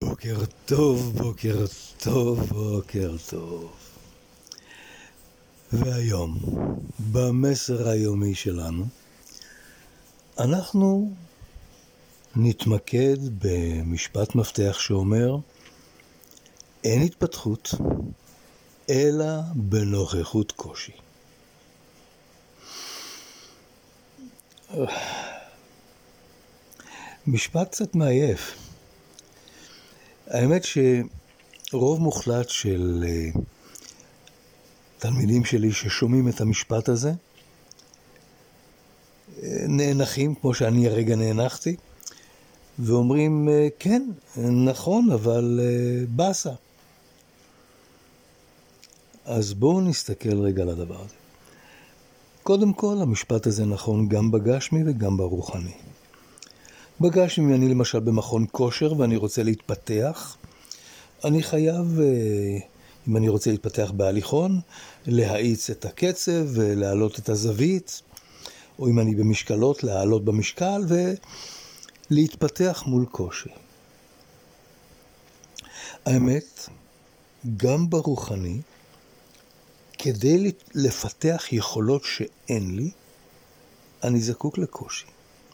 בוקר טוב, בוקר טוב, בוקר טוב. והיום, במסר היומי שלנו, אנחנו נתמקד במשפט מפתח שאומר, אין התפתחות, אלא בנוכחות קושי. משפט קצת מעייף. האמת שרוב מוחלט של תלמידים שלי ששומעים את המשפט הזה, נאנחים כמו שאני הרגע נאנחתי, ואומרים, כן, נכון, אבל בסה. אז בואו נסתכל רגע על הדבר הזה. קודם כל, המשפט הזה נכון גם בגשמי וגם ברוחני. בגשמי, אני למשל במכון כושר ואני רוצה להתפתח, אני חייב, אם אני רוצה להתפתח בהליכון, להאיץ את הקצב ולהעלות את הזווית, או אם אני במשקלות, להעלות במשקל ולהתפתח מול קושי. האמת, גם ברוחני, כדי לפתח יכולות שאין לי, אני זקוק לקושי.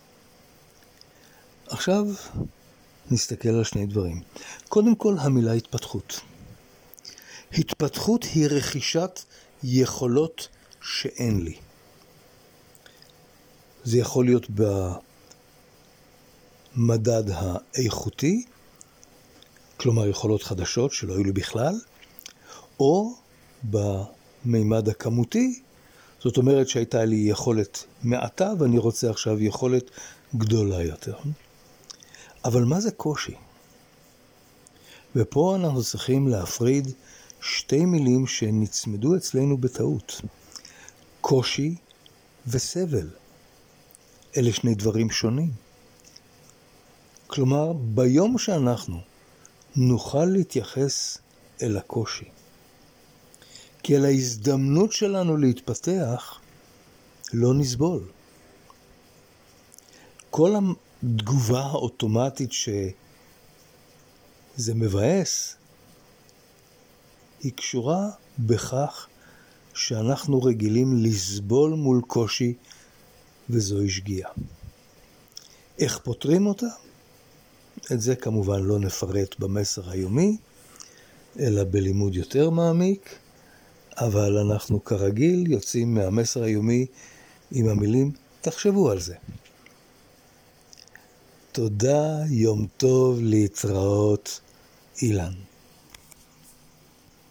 עכשיו נסתכל על שני דברים. קודם כל, המילה התפתחות. התפתחות היא רכישת יכולות שאין לי. זה יכול להיות במדד האיכותי, כלומר יכולות חדשות שלא היו לי בכלל, או במימד הכמותי, זאת אומרת שהייתה לי יכולת מעטה ואני רוצה עכשיו יכולת גדולה יותר. אבל מה זה קושי? ופה אנחנו צריכים להפריד שתי מילים שנצמדו אצלנו בטעות. קושי וסבל. אלה שני דברים שונים. כלומר, ביום שאנחנו נוכל להתייחס אל הקושי, כי על ההזדמנות שלנו להתפתח לא נסבול. כל התגובה האוטומטית שזה מבאס, היא קשורה בכך שאנחנו רגילים לסבול מול קושי, וזו שגיאה. איך פותרים אותה? את זה כמובן לא נפרט במסר היומי, אלא בלימוד יותר מעמיק, אבל אנחנו כרגיל יוצאים מהמסר היומי עם המילים, תחשבו על זה. תודה, יום טוב, להתראות, אילן.